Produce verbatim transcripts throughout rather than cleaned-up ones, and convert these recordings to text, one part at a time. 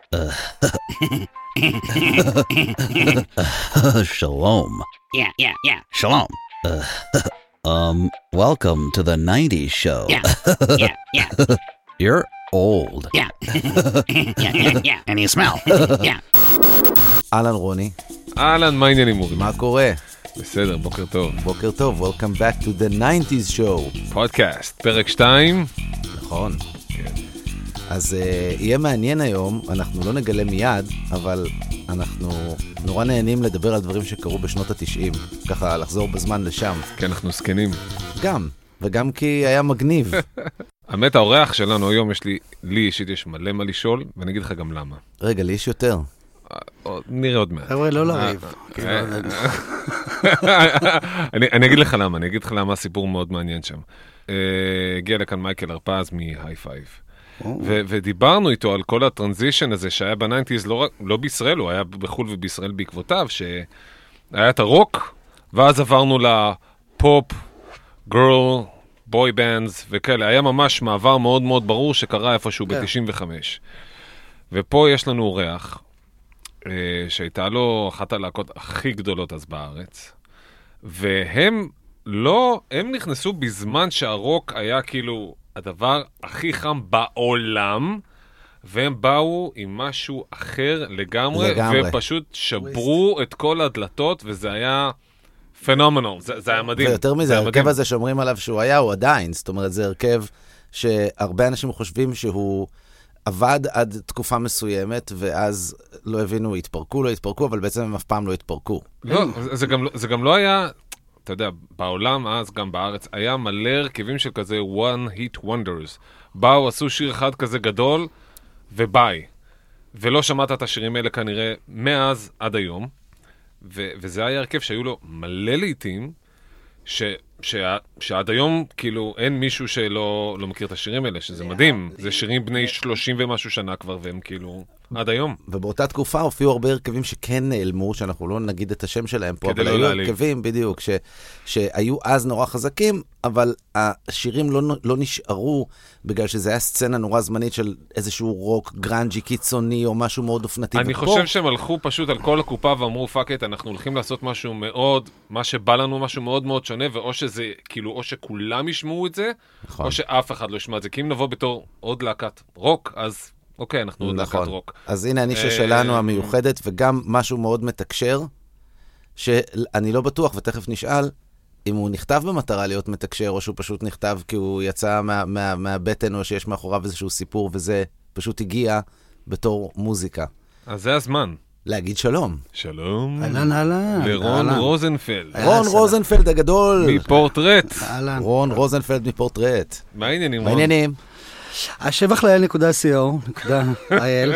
Shalom. Yeah, yeah, yeah. Shalom. Uh, um, welcome to the nineties show. Yeah, yeah, yeah. You're old. Yeah. yeah, yeah, yeah. And you smell. Yeah. אהלן רוני, אהלן, מה העניינים אורי? מה קורה? בסדר, בוקר טוב. בוקר טוב, welcome back to the nineties show. פודקאסט, פרק שתיים. נכון. אז uh, יהיה מעניין היום, אנחנו לא נגלה מיד, אבל אנחנו נורא נהנים לדבר על דברים שקרו בשנות ה-תשעים, ככה לחזור בזמן לשם. כי אנחנו סקנים. גם, וגם כי היה מגניב. האמת, האורח שלנו היום, יש לי, לי אישית יש מלא מה לשאול, ואני אגיד לך גם למה. רגע, לי יש יותר. נראה עוד מעט. חבר'ה, לא לריב. אני אגיד לך למה, אני אגיד לך למה הסיפור מאוד מעניין שם. הגיע לכאן מייקל הרפז מהי פייב. ודיברנו איתו על כל הטרנזישן הזה שהיה בניינטיז, לא בישראל, הוא היה בחול ובישראל בעקבותיו, שהיה את הרוק, ואז עברנו לפופ, גרל, בוי בנדס וכאלה. היה ממש מעבר מאוד מאוד ברור שקרה איפשהו ב-תשעים וחמש. ופה יש לנו אורח, שהייתה לו אחת הלהקות הכי גדולות אז בארץ, והם לא, הם נכנסו בזמן שהרוק היה כאילו הדבר הכי חם בעולם, והם באו עם משהו אחר לגמרי, לגמרי. ופשוט שברו את כל הדלתות, וזה היה פנומנל, זה, זה היה מדהים. ויותר מזה, הרכב הזה שאומרים עליו שהוא היה, הוא עדיין, זאת אומרת, זה הרכב שהרבה אנשים חושבים שהוא עבד עד תקופה מסוימת, ואז לא הבינו, התפרקו, לא התפרקו, אבל בעצם הם אף פעם לא התפרקו. לא, זה גם, זה גם לא היה, אתה יודע, בעולם אז, גם בארץ, היה מלא הרכבים של כזה one hit wonders. באו, עשו שיר אחד כזה גדול, וביי. ולא שמעת את השירים האלה כנראה מאז עד היום, ו- וזה היה הרכב שהיו לו מלא לעיתים, ש... שה... שעד היום, כאילו, אין מישהו שלא לא מכיר את השירים האלה, שזה מדהים. זה שירים בני שלושים ומשהו שנה כבר, והם כאילו, עד היום. ובאותה תקופה הופיעו הרבה הרכבים שכן נעלמו, שאנחנו לא נגיד את השם שלהם פה, אבל לא היו להעליב. הרכבים, בדיוק, ש... שהיו אז נורא חזקים, אבל השירים לא, לא נשארו, בגלל שזה היה סצנה נורא זמנית של איזשהו רוק גרנג'י קיצוני, או משהו מאוד אופנתי. אני ופה... חושב שהם הלכו פשוט על כל הקופה ואמרו, פאק את, אנחנו הולכים לעשות משהו מאוד, מה שבא לנו משהו מאוד מאוד שונה, ואו שזה, כאילו, או שכולם ישמעו את זה, נכון. או שאף אחד לא ישמע את זה. כי אם נבוא בתור עוד להקת רוק, אז אוקיי, אנחנו עוד נכון. להקת רוק. אז הנה הנישה שלנו המיוחדת, וגם משהו מאוד מתקשר, שאני לא בטוח, ותכף נשאל, אם הוא נכתב במטרה להיות מתקשר, או שהוא פשוט נכתב כי הוא יצא מה, מה, מהבטן, או שיש מאחוריו איזשהו סיפור, וזה פשוט הגיע בתור מוזיקה. אז זה הזמן. להגיד שלום. שלום. אהלן, אהלן. לרון רוזנפלד. רון רוזנפלד הגדול. מפורטרט. אהלן. רון רוזנפלד מפורטרט. מה העניינים, מה רון? העניינים? השבח לאל נקודה סי או, נקודה איי אל.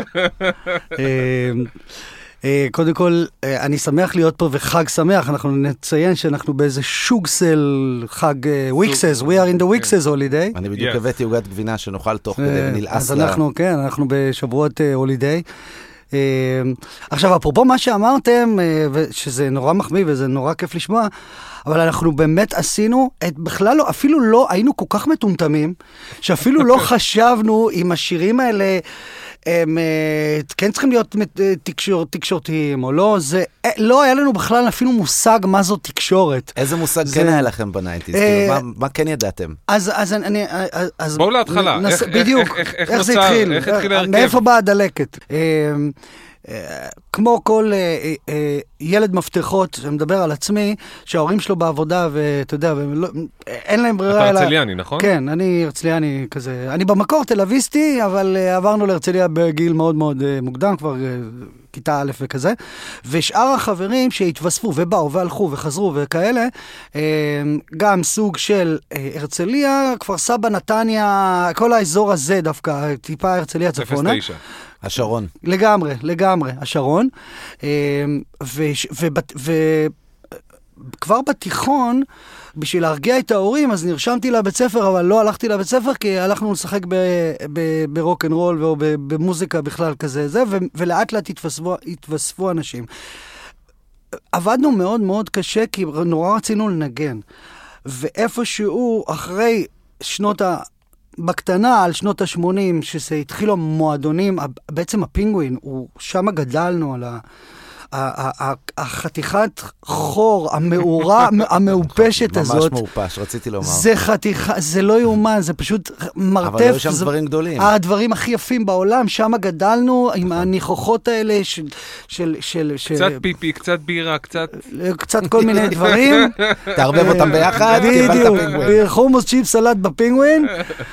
קודם כל, אני שמח להיות פה וחג שמח. אנחנו נציין שאנחנו באיזה שוגסל חג וויקסס. We are in the וויקסס holiday. אני בדיוק הבאתי עוגת גבינה שנאכל תוך כדי ונלעס אז אנחנו, כן, אנחנו בשבועות הולידיי. עכשיו, אפרופו מה שאמרתם, שזה נורא מחמיא וזה נורא כיף לשמוע, אבל אנחנו באמת עשינו, את בכלל לא, אפילו לא היינו כל כך מטומטמים, שאפילו לא חשבנו אם השירים האלה, הם כן צריכים להיות תקשור, תקשורתיים או לא, זה לא היה לנו בכלל אפילו מושג מה זו תקשורת. איזה מושג כן היה לכם בניינטיז? מה כן ידעתם? אז אז אני... בואו להתחלה. בדיוק, איך זה התחיל? איך התחיל ההרכב? מאיפה באה הדלקת? כמו כל ילד מפתחות, שמדבר על עצמי, שההורים שלו בעבודה, ואתה יודע, אין להם ברירה. אתה הרצליאני, נכון? כן, אני הרצליאני כזה. אני במקור תל-אביסטי, אבל עברנו להרצליה בגיל מאוד מאוד מוקדם, כבר כיתה א' וכזה. ושאר החברים שהתווספו ובאו והלכו וחזרו וכאלה, גם סוג של הרצליה, כפר סבא, נתניה, כל האזור הזה דווקא, טיפה הרצליה צפונה. אפס תשע. השרון. לגמרי, לגמרי, השרון. וכבר בתיכון, בשביל להרגיע את ההורים, אז נרשמתי לבית ספר, אבל לא הלכתי לבית ספר, כי הלכנו לשחק ברוק אנד רול, או במוזיקה בכלל כזה, זה, ולאט לאט התווספו אנשים. עבדנו מאוד מאוד קשה, כי נורא רצינו לנגן. ואיפשהו, אחרי שנות ה... בקטנה על שנות ה-שמונים, שזה התחילו המועדונים, בעצם הפינגווין, שם גדלנו על ה... החתיכת חור, המאורה, המאופשת הזאת. ממש מאופש, רציתי לומר. זה חתיכה, זה לא יאומן, זה פשוט מרתף. אבל לא שם דברים גדולים. הדברים הכי יפים בעולם, שם גדלנו עם הניחוחות האלה של... קצת פיפי, קצת בירה, קצת... קצת כל מיני דברים. תערבב אותם ביחד, בדיוק, חומוס צ'יפ סלט בפינגווין.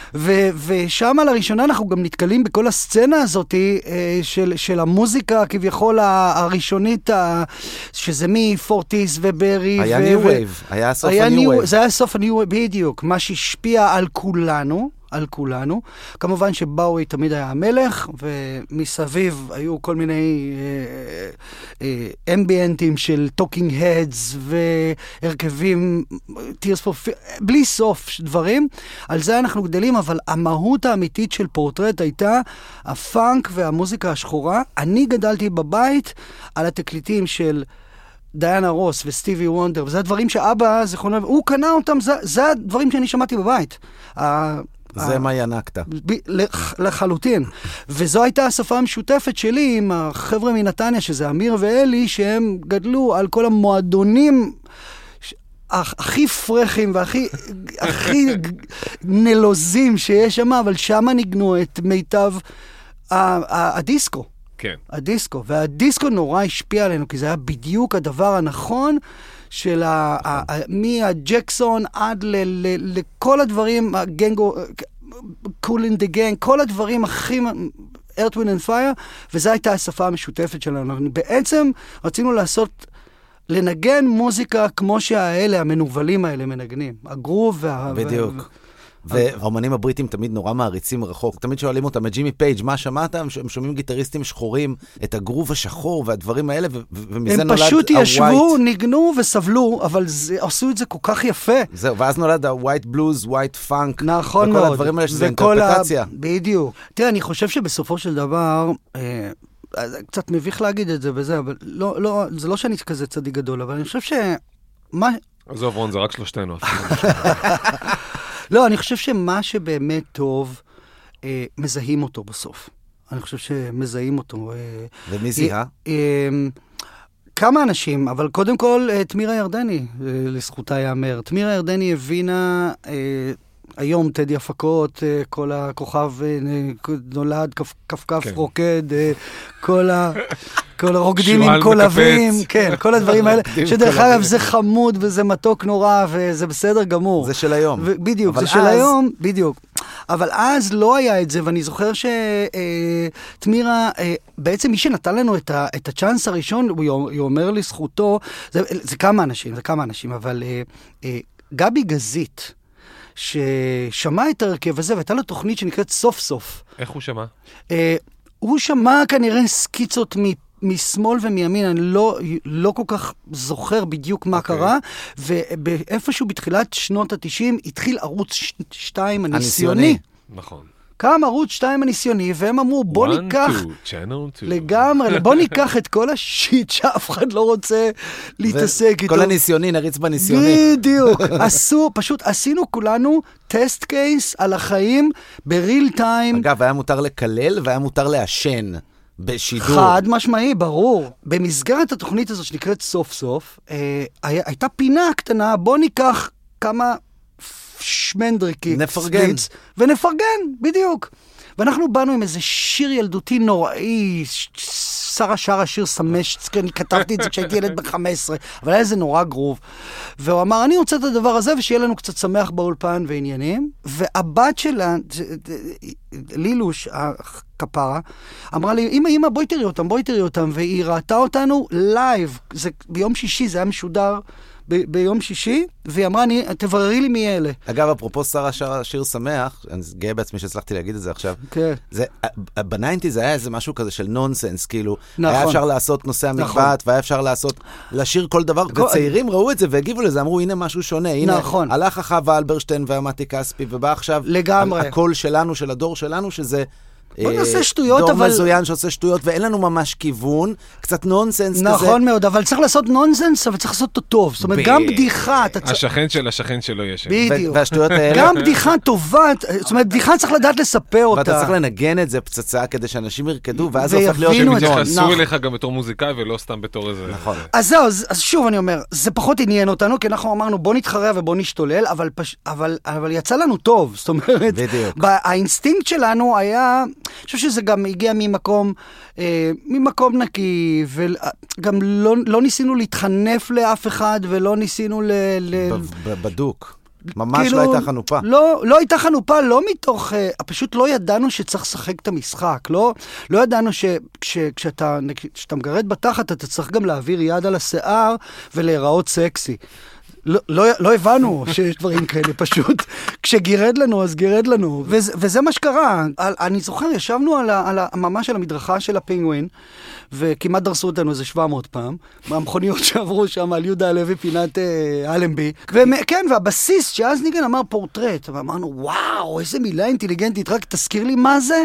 ושם לראשונה אנחנו גם נתקלים בכל הסצנה הזאת של המוזיקה כביכול הראשונית, שזה מפורטיס וברי. היה ניו וייב, היה סוף הניו וייב. זה היה סוף הניו וייב, בדיוק, מה שהשפיע על כולנו, על כולנו. כמובן שבאוי תמיד היה המלך, ומסביב היו כל מיני אמביאנטים של טוקינג הדס, והרכבים, Tears for Fears, בלי סוף דברים. על זה אנחנו גדלים, אבל המהות האמיתית של פורטרט הייתה הפאנק והמוזיקה השחורה. אני גדלתי בבית על התקליטים של דיאנה רוס וסטיבי וונדר, וזה הדברים שאבא, זיכרונו, הוא קנה אותם, זה, זה הדברים שאני שמעתי בבית. זה מה ינקת. לחלוטין. וזו הייתה השפה המשותפת שלי עם החבר'ה מנתניה, שזה אמיר ואלי, שהם גדלו על כל המועדונים הכי פרחים והכי הכי נלוזים שיש שם, אבל שם ניגנו את מיטב הדיסקו. כן. הדיסקו. והדיסקו נורא השפיע עלינו, כי זה היה בדיוק הדבר הנכון של מהג'קסון עד לכל הדברים, הגנגו, קול אין דה גנג, כל הדברים הכי... Earth, Wind and Fire, וזו הייתה השפה המשותפת שלנו. בעצם רצינו לעשות, לנגן מוזיקה כמו שהאלה, המנובלים האלה מנגנים. הגרוב וה... בדיוק. והאומנים הבריטים תמיד נורא מעריצים רחוק. תמיד שואלים אותם, ג'ימי פייג', מה שמעת? הם שומעים גיטריסטים שחורים, את הגרוב השחור והדברים האלה, ומזה נולד... הם פשוט ישבו, ניגנו וסבלו, אבל עשו את זה כל כך יפה. זהו, ואז נולד ה-white blues, white funk. נכון מאוד. וכל הדברים האלה שזה אינטרפרטציה. בדיוק. תראה, אני חושב שבסופו של דבר... קצת מביך להגיד את זה וזה, אבל לא, לא, זה לא שאני כזה צדיק גדול, אבל אני חושב ש... מה... עזוב רון, זה רק שלושתנו. לא, אני חושב שמה שבאמת טוב, אה, מזהים אותו בסוף. אני חושב שמזהים אותו. אה, ומי זיהה? אה, אה, כמה אנשים, אבל קודם כל, אה, תמירה ירדני, אה, לזכותה יאמר. תמירה ירדני הבינה... אה, היום טדי הפקות, כל הכוכב נולד, כפכף רוקד, כל ה... כל הרוקדים עם קולבים, כן, כל הדברים האלה, שדרך אגב זה חמוד וזה מתוק נורא וזה בסדר גמור. זה של היום. בדיוק, זה של היום, בדיוק. אבל אז לא היה את זה, ואני זוכר שתמירה, בעצם מי שנתן לנו את הצ'אנס הראשון, הוא אומר לזכותו, זה כמה אנשים, זה כמה אנשים, אבל גבי גזית, ששמע את הרכב הזה, והייתה לו תוכנית שנקראת סוף סוף. איך הוא שמע? אה, הוא שמע כנראה סקיצות מ, משמאל ומימין, אני לא, לא כל כך זוכר בדיוק מה okay. קרה, ואיפשהו בתחילת שנות ה-תשעים התחיל ערוץ שתיים הניסיוני. הניסיוני. נכון. קם ערוץ שתיים הניסיוני, והם אמרו, בוא One, ניקח, two, channel two. לגמרי, בוא ניקח את כל השיט שאף אחד לא רוצה להתעסק איתו. כל הניסיוני, נריץ בניסיוני. בדיוק. עשו, פשוט עשינו כולנו טסט קייס על החיים בריל טיים. אגב, היה מותר לקלל והיה מותר לעשן בשידור. חד משמעי, ברור. במסגרת התוכנית הזאת שנקראת סוף סוף, אה, הייתה פינה קטנה, בוא ניקח כמה... שמנדריקי, נפרגן. ונפרגן, בדיוק. ואנחנו באנו עם איזה שיר ילדותי נוראי, שרה שרה שיר סמש, אני כתבתי את זה כשהייתי ילד ב-חמש עשרה, אבל היה איזה נורא גרוב. והוא אמר, אני רוצה את הדבר הזה, ושיהיה לנו קצת שמח באולפן ועניינים. והבת שלה, לילוש, הכפרה, אמרה לי, אמא, אמא, בואי תראי אותם, בואי תראי אותם, והיא ראתה אותנו לייב, זה ביום שישי, זה היה משודר, ב- ביום שישי, והיא אמרה, אני, תבררי לי מי אלה. אגב, אפרופו שרה שרה שיר שמח, אני גאה בעצמי שהצלחתי להגיד את זה עכשיו, כן. זה, בניינטיז היה איזה משהו כזה של נונסנס, כאילו, נכון. היה אפשר לעשות נושא המקבט, נכון. והיה אפשר לעשות, לשיר כל דבר, כל... וצעירים ראו את זה והגיבו לזה, אמרו, הנה משהו שונה, הנה, נכון. הלך החווה אלברשטיין והמתי כספי, ובא עכשיו, לגמרי. הקול שלנו, של הדור שלנו, שזה בוא נעשה שטויות, דור אבל... מזוין שעושה שטויות, ואין לנו ממש כיוון, קצת נונסנס כזה. נכון מאוד, אבל צריך לעשות נונסנס, אבל צריך לעשות אותו טוב. זאת אומרת, גם בדיחה... השכן של השכן שלו יש. בדיוק. והשטויות האלה... גם בדיחה טובה, זאת אומרת, בדיחה צריך לדעת לספר אותה. ואתה צריך לנגן את זה פצצה כדי שאנשים ירקדו, ואז זה הופך להיות... ויבינו את זה. שמתייחסו אליך גם בתור מוזיקאי, ולא סתם בתור איזה... נכון. אז זהו, אז שוב אני אומר, זה פחות עניין אותנו, כי אנחנו אמרנו, בוא נתחרע ובוא נשתולל, אבל יצא לנו טוב. זאת אומרת, האינסטינקט שלנו היה... אני חושב שזה גם הגיע ממקום, אה, ממקום נקי, וגם לא, לא ניסינו להתחנף לאף אחד, ולא ניסינו ל... ל... בדוק. ממש כאילו, לא הייתה חנופה. לא, לא הייתה חנופה, לא מתוך... אה, פשוט לא ידענו שצריך לשחק את המשחק. לא, לא ידענו שכשאתה מגרד בתחת, אתה צריך גם להעביר יד על השיער ולהיראות סקסי. לא, לא, לא הבנו שיש דברים כאלה, פשוט כשגירד לנו, אז גירד לנו. וזה, וזה מה שקרה. אני זוכר, ישבנו על ה, על ה, ממש על המדרכה של הפינגווין, וכמעט דרסו אותנו איזה שבע מאות פעם, מהמכוניות שעברו שם על יהודה הלוי פינת אה, אלנבי. וכן, והבסיס שאז ניגן אמר פורטרט, ואמרנו, וואו, איזה מילה אינטליגנטית, רק תזכיר לי מה זה.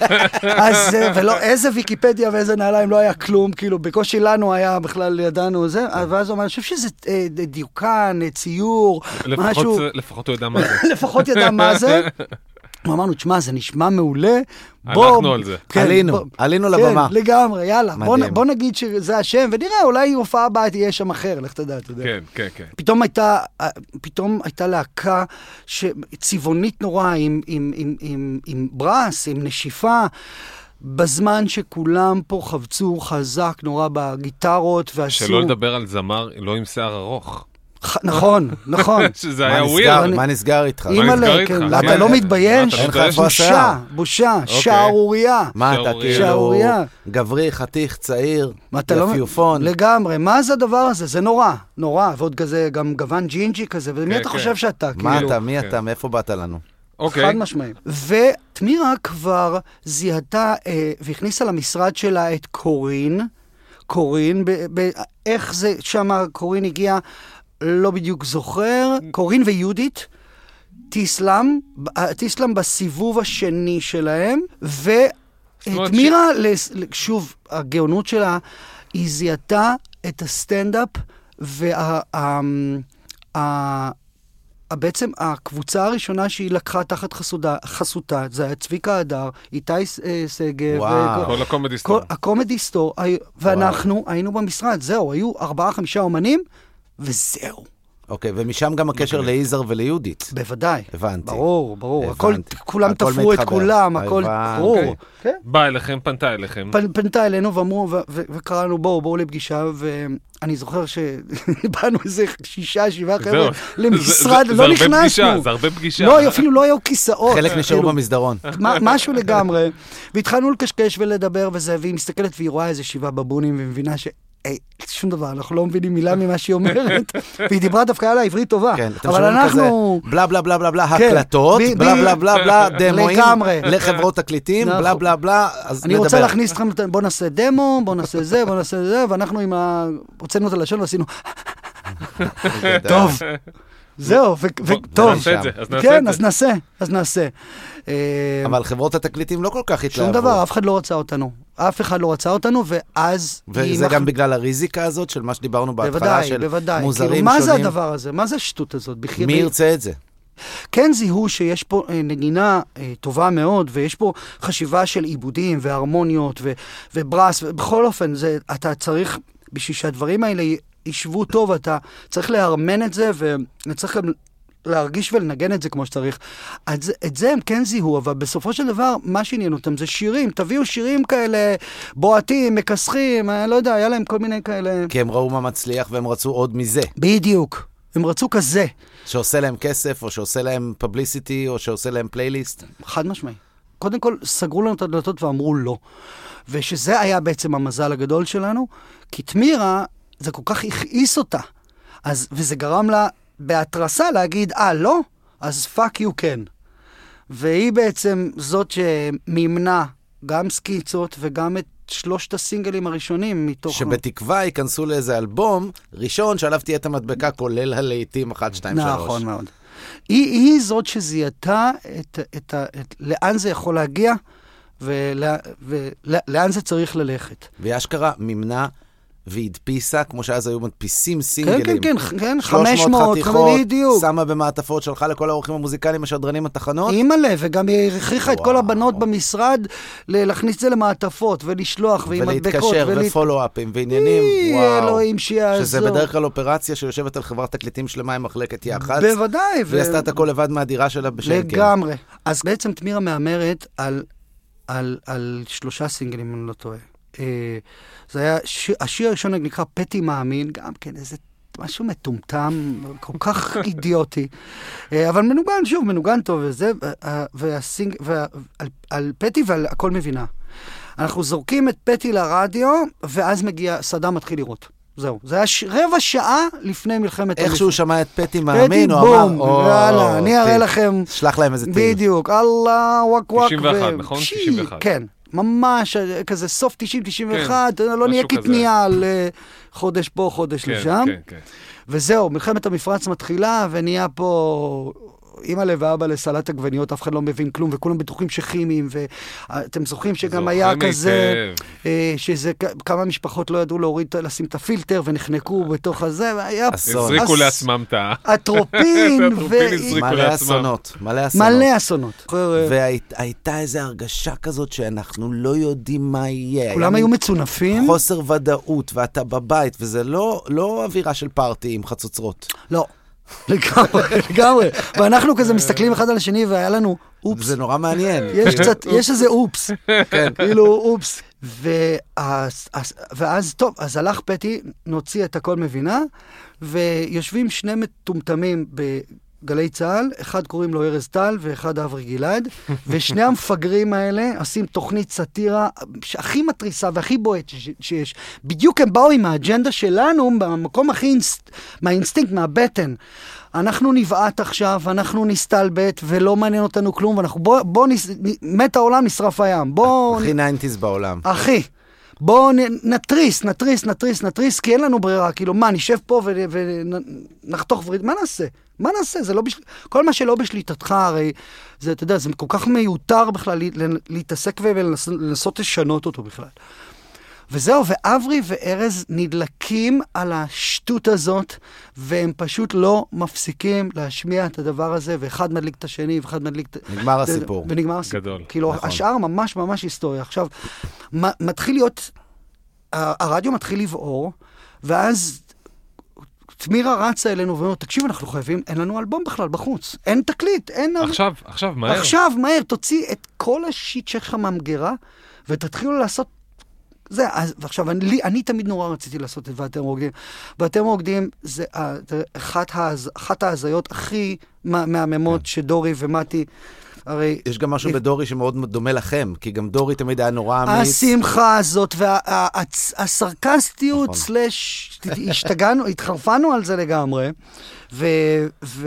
אז, ולא, איזה ויקיפדיה ואיזה נעליים, לא היה כלום, כאילו, בקושי לנו היה בכלל ידענו זה, ואז הוא אמר, אני חושב שזה אה, דיוקן, ציור, לפחות, משהו. לפחות הוא ידע מה זה. לפחות ידע מה זה. אמרנו, תשמע, זה נשמע מעולה. הלכנו על זה. כן, עלינו, בוא, עלינו כן, לבמה. לגמרי, יאללה. בוא, מדהים. בוא נגיד שזה השם, ונראה, אולי הופעה הבאה תהיה שם אחר, לך תדע, אתה יודע. כן, כן, כן. פתאום הייתה, פתאום הייתה להקה צבעונית נורא, עם, עם, עם, עם, עם ברס, עם נשיפה, בזמן שכולם פה חבצו חזק נורא בגיטרות, ועשו... שלא לדבר על זמר, לא עם שיער ארוך. נכון, נכון. שזה היה מה ווירד. נסגר- מה נסגר איתך? מה נסגר אימא'לה, איתך? כן, מה, אתה לא מה, מתבייש? אתה אין לך מתבייש? איפה בושה, השיער? בושה, אוקיי. שערוריה. מה אתה שערוריה. כאילו שערוריה. גברי, חתיך, צעיר, מה, אתה לא- יפיופון? לגמרי, מה זה הדבר הזה? זה נורא, נורא, ועוד כזה, גם גוון ג'ינג'י כזה, ומי כן, אתה כן. חושב שאתה? מה כאילו? אתה? מי כן. אתה? מאיפה באת לנו? אוקיי. חד משמעיים. ותמירה כבר זיהתה אה, והכניסה למשרד שלה את קורין, קורין, ב, ב, איך זה שמה קורין הגיעה, לא בדיוק זוכר, קורין ויהודית, טיסלם, טיסלם בסיבוב השני שלהם, ותמירה, ש... שוב, הגאונות שלה, היא זיהתה את הסטנדאפ, וה... ה... בעצם הקבוצה הראשונה שהיא לקחה תחת חסודה, חסותה, זה היה צביקה הדר, איתי סגב, וואו. כל הקומדי סטור. הקומדי סטור, ואנחנו היינו במשרד, זהו, היו ארבעה, חמישה אומנים, וזהו. אוקיי, ומשם גם הקשר ליזהר וליהודית. בוודאי. הבנתי. ברור, ברור. הבנתי. הכל, כולם הכל תפרו את מתחבר. כולם, הכל, הבנתי. ברור. אוקיי. כן? בא אליכם, פנתה אליכם. פנ, פנתה אלינו ואמרו, ו- ו- וקראנו, בואו, בואו לפגישה, ואני זוכר שבאנו איזה שישה, שבעה חבר'ה למשרד, זה- זה- לא זה הרבה נכנסנו. פגישה, זה הרבה פגישה. לא, אפילו לא היו כיסאות. חלק נשארו כאילו, במסדרון. מה- משהו לגמרי. והתחלנו לקשקש ולדבר וזה, והיא מסתכלת והיא רואה איזה שבעה בבונים, ומבינה ש... היי, שום דבר, אנחנו לא מבינים מילה ממה שהיא אומרת, והיא דיברה דווקא על העברית טובה. כן, אתם אבל שומעים כזה אנחנו... בלה בלה בלה בלה בלה כן, הקלטות, ב- בלה ב- בלה בלה בלה דמואים, לגמרי. לחברות תקליטים, נכון. בלה בלה בלה, אז אני נדבר. רוצה להכניס אתכם, בוא נעשה דמו, בוא נעשה זה, בוא נעשה זה, ואנחנו עם ה... הוצאנו את הלשון ועשינו, טוב, זהו, ו- בוא, וטוב. נעשה את זה, אז נעשה כן, את אז זה. נעשה, אז נעשה. אה, אבל חברות התקליטים לא כל כך התלהבו. שום דבר, אף אחד לא רצה אותנו. אף אחד לא רצה אותנו, ואז... היא וזה מח- גם בגלל הריזיקה הזאת של מה שדיברנו בהתחלה בוודאי, של בוודאי. מוזרים כאילו, מה זה שונים. הדבר הזה? מה זה השטות הזאת? בכי- מי ירצה את זה? כן זיהו שיש פה אה, נגינה אה, טובה מאוד, ויש פה חשיבה של עיבודים והרמוניות ו- וברס, ובכל אופן, זה, אתה צריך, בשביל שהדברים האלה י- ישבו טוב, אתה צריך להרמן את זה, וצריך גם להרגיש ולנגן את זה כמו שצריך. את זה, את זה הם כן זיהו, אבל בסופו של דבר, מה שעניין אותם זה שירים. תביאו שירים כאלה, בועטים, מכסחים, אה, לא יודע, היה להם כל מיני כאלה... כי הם ראו מה מצליח והם רצו עוד מזה. בדיוק. הם רצו כזה. שעושה להם כסף, או שעושה להם פבליסיטי, או שעושה להם פלייליסט. חד משמעי. קודם כל, סגרו לנו את הדלתות ואמרו לא. ושזה היה בעצם המזל הגדול שלנו, כי תמירה, זה כל כך הכעיס אותה. אז, וזה גרם לה בהתרסה להגיד, אה, לא? אז פאק יו כן. והיא בעצם זאת שמימנה גם סקיצות וגם את שלושת הסינגלים הראשונים מתוך... שבתקווה ייכנסו לאיזה אלבום ראשון שעליו תהיה את המדבקה, כולל הלהיטים אחת, שתיים, שלוש. נכון מאוד. היא, היא זאת שזיהתה את, את, את, את, לאן זה יכול להגיע, ולאן זה צריך ללכת. ואשכרה ממנה והדפיסה, כמו שאז היו מדפיסים סינגלים. כן, כן, כן, חמש מאות חתיכות, בדיוק. שמה במעטפות, שלחה לכל האורחים המוזיקליים, השדרנים התחנות. אימא'לה, וגם היא הכריחה את כל הבנות במשרד להכניס את זה למעטפות, ולשלוח, ועם מדבקות. ולהתקשר, ופולו-אפים, ועניינים. וואו. אלוהים שיעזור. שזה בדרך כלל אופרציה שיושבת על חברת תקליטים שלמה עם מחלקת יח"צ. בוודאי. והיא עשתה את הכל לבד מהדירה שלה בשנקל. לגמרי. אז בעצם תמירה מאמרת על, על, על שלושה סינגלים, אני לא טועה. זה היה, השיר הראשון נקרא פטי מאמין, גם כן איזה משהו מטומטם, כל כך אידיוטי, אבל מנוגן, שוב, מנוגן טוב, וזה, והסינג, על פטי ועל הכל מבינה. אנחנו זורקים את פטי לרדיו, ואז מגיע, סדאם מתחיל לראות. זהו, זה היה ש... רבע שעה לפני מלחמת... איך שהוא שמע את פטי מאמין, הוא אמר, בום, יאללה, אני אראה לכם... שלח להם איזה טיל. בדיוק, אללה, וואק וואק. תשעים ואחת, נכון? תשעים ואחת. כן. ממש, כזה סוף תשעים תשעים ואחת, לא נהיה קטניה על חודש פה, חודש לשם. וזהו, מלחמת המפרץ מתחילה, ונהיה פה אמא לב ואבא לסלט עגבניות, אף אחד לא מבין כלום, וכולם בטוחים שכימיים, ואתם זוכרים שגם היה כזה, שזה כמה משפחות לא ידעו להוריד, לשים את הפילטר, ונחנקו בתוך הזה, והיה... הזריקו לעצמם את ה... הטרופין, מלא אסונות, מלא אסונות. מלא אסונות. והייתה איזו הרגשה כזאת שאנחנו לא יודעים מה יהיה. כולם היו מצונפים. חוסר ודאות, ואתה בבית, וזה לא אווירה של פארטי עם חצוצרות. לא. לגמרי, לגמרי. ואנחנו כזה מסתכלים אחד על השני, והיה לנו אופס. זה נורא מעניין. יש קצת, יש איזה אופס. כאילו אופס. ואז, טוב, אז הלך פטי, נוציא את הכל מבינה, ויושבים שני מטומטמים בגלי צהל, אחד קוראים לו ארז טל, ואחד אברי גלעד, ושני המפגרים האלה עושים תוכנית סאטירה הכי מטריסה והכי בועט שיש. בדיוק הם באו עם האג'נדה שלנו, במקום הכי, מהאינסטינקט, מהבטן. אנחנו נבעט עכשיו, אנחנו נסתלבט, ולא מעניין אותנו כלום, ואנחנו, בוא, בוא, נס, מת העולם, נשרף הים. בוא... הכי ניינטיז בעולם. הכי. בואו נטריס, נטריס, נטריס, נטריס, כי אין לנו ברירה. כאילו, מה, נשב פה ונחתוך וריד, מה נעשה? מה נעשה? זה לא בשל... כל מה שלא בשליטתך, הרי, זה, אתה יודע, זה כל כך מיותר בכלל להתעסק ולנסות לשנות אותו בכלל. וזהו, ואברי וארז נדלקים על השטות הזאת, והם פשוט לא מפסיקים להשמיע את הדבר הזה, ואחד מדליק את השני, ואחד מדליק את... נגמר הסיפור. ונגמר הסיפור. גדול. כאילו, נכון. השאר ממש ממש היסטוריה. עכשיו, מתחיל להיות, הרדיו מתחיל לבעור, ואז תמירה רצה אלינו, ואומר, תקשיב, אנחנו חייבים, אין לנו אלבום בכלל בחוץ. אין תקליט, אין... עכשיו, עכשיו, מהר. עכשיו, מהר, תוציא את כל השיט שלך מהמגירה, ותתחילו לעשות זה, אז, ועכשיו, אני, אני תמיד נורא רציתי לעשות את ואתם רוקדים. ואתם רוקדים זה אחת, ההז, אחת ההזיות הכי מהממות שדורי ומתי, הרי... יש גם משהו בדורי שמאוד דומה לכם, כי גם דורי תמיד היה נורא אמיץ. השמחה הזאת והסרקסטיות סלש, השתגענו, התחרפנו על זה לגמרי, ו... ו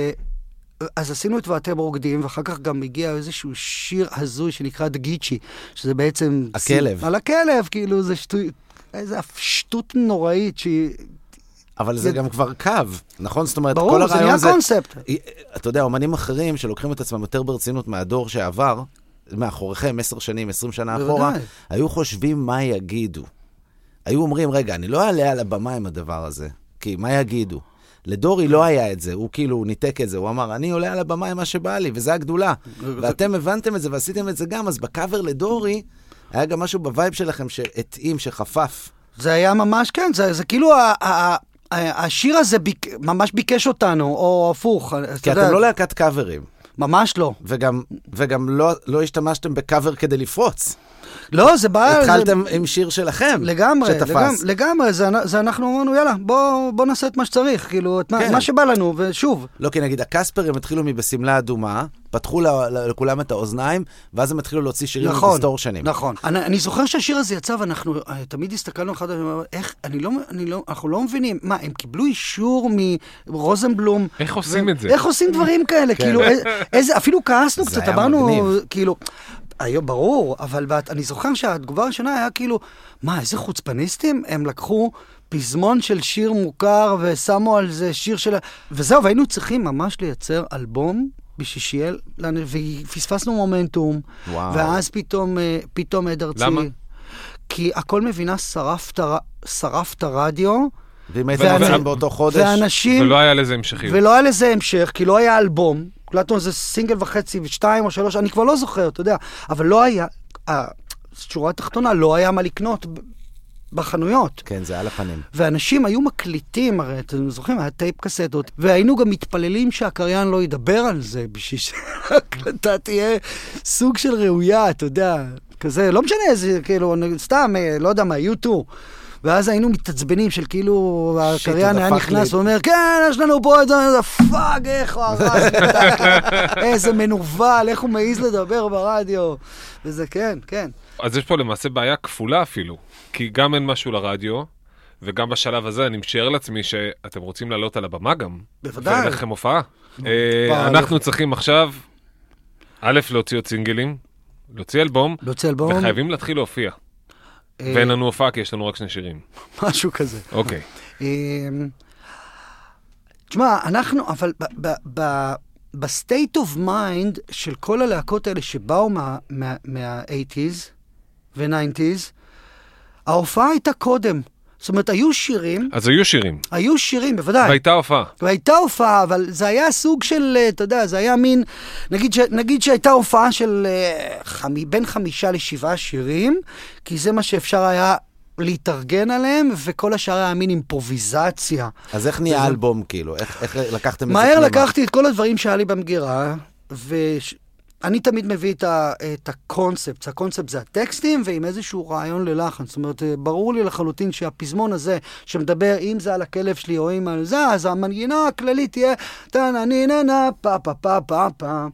אז עשינו את ואתם רוקדים, ואחר כך גם הגיע איזשהו שיר הזוי שנקרא דגיצ'י, שזה בעצם... הכלב. על הכלב, כאילו, זה שטות, איזו שטות נוראית שהיא... אבל זה גם כבר קו, נכון? זאת אומרת, ברור, זה נהיה קונספט. אתה יודע, אומנים אחרים שלוקחים את עצמם יותר ברצינות מהדור שעבר, מאחוריכם עשר שנים, עשרים שנה אחורה, היו חושבים מה יגידו. היו אומרים, רגע, אני לא אעלה על הבמה עם הדבר הזה, כי מה יגידו? לדורי לא היה את זה, הוא כאילו ניתק את זה, הוא אמר, אני עולה על הבמה עם מה שבא לי, וזה הגדולה. ואתם הבנתם את זה ועשיתם את זה גם, אז בקאבר לדורי, היה גם משהו בווייב שלכם שהתאים, שחפף. זה היה ממש, כן, זה, זה כאילו, השיר הזה ביק, ממש ביקש אותנו, או הפוך. כי אתם לא להקת קאברים. ממש לא. וגם, וגם לא, לא השתמשתם בקאבר כדי לפרוץ. לא, זה בא... התחלתם עם שיר שלכם. לגמרי, לגמרי, לגמרי. זה אנחנו אמרנו, יאללה, בוא נעשה את מה שצריך, כאילו, את מה שבא לנו, ושוב. לא, כי נגיד, הקספרים התחילו מבסמלה אדומה, פתחו לכולם את האוזניים, ואז הם התחילו להוציא שירים דיסטורשנים. נכון. אני זוכר שהשיר הזה יצא, ואנחנו תמיד הסתכלנו אחד, איך, אנחנו לא מבינים, מה, הם קיבלו אישור מרוזנבלום. איך עושים את זה? איך עושים דברים כאלה? כאילו, אפילו כעסנו קצת, אמרנו, כאילו... היום ברור, אבל אני זוכר שהתגובה הראשונה היה כאילו, מה, איזה חוצפניסטים? הם לקחו פזמון של שיר מוכר ושמו על זה שיר של... וזהו, והיינו צריכים ממש לייצר אלבום בשביל שיהיה, ופספסנו מומנטום, וואו. ואז פתאום, פתאום עד ארצי. למה? כי הכל מבינה, שרף את הר- שרף את הרדיו, ואם היית ואני- מוצאים באותו חודש, ואנשים, ולא היה לזה המשכיות. ולא היה לזה המשך, כי לא היה אלבום, קלטנו איזה סינגל וחצי, ושתיים או שלוש, אני כבר לא זוכר, אתה יודע, אבל לא היה, השורה התחתונה, לא היה מה לקנות ב- בחנויות. כן, זה על הפנים. ואנשים היו מקליטים, הרי אתם זוכרים, היה טייפ קסטות, והיינו גם מתפללים שהקריין לא ידבר על זה, בשביל שההקלטה תהיה סוג של ראויה, אתה יודע, כזה, לא משנה, זה כאילו, סתם, לא יודע מה, יוטו. ואז היינו מתעצבנים של כאילו, הקריין היה נכנס ואומר, כן, יש לנו פה את זה, פאק, איך הוא הרס, איזה מנוול, איך הוא מעיז לדבר ברדיו. וזה כן, כן. אז יש פה למעשה בעיה כפולה אפילו, כי גם אין משהו לרדיו, וגם בשלב הזה אני משער לעצמי שאתם רוצים לעלות על הבמה גם. בוודאי. ואין לכם הופעה. אה, אנחנו צריכים עכשיו, א', להוציא עוד סינגלים, להוציא אלבום, להוציא אלבום. וחייבים להתחיל להופיע. אה, ואין לנו הופעה כי יש לנו רק שני שירים. משהו כזה. אוקיי. אמ, תשמע, אנחנו, אבל בסטייט אוף מיינד של כל הלהקות האלה שבאו מה-שמונים ו-תשעים, ההופעה הייתה קודם. זאת אומרת, היו שירים, אז היו שירים, היו שירים, בוודאי. והייתה הופעה. והייתה הופעה, אבל זה היה סוג של, אתה יודע, זה היה מין, נגיד, ש, נגיד שהייתה הופעה של uh, חמי, בין חמישה לשבעה שירים, כי זה מה שאפשר היה להתארגן עליהם, וכל השאר היה מין אימפרוביזציה. אז איך נהיה אלבום, כאילו? איך, איך לקחתם את זה? מהר פנימה? לקחתי את כל הדברים שהיה לי במגירה, ואני תמיד מביא את, ה, את הקונספט. הקונספט זה הטקסטים, ועם איזשהו רעיון ללחן. זאת אומרת, ברור לי לחלוטין שהפזמון הזה, שמדבר, אם זה על הכלב שלי או אם על זה, אז המנגינה הכללית תהיה, טה-נה-נה-נה, פה-פה-פה-פה-פה.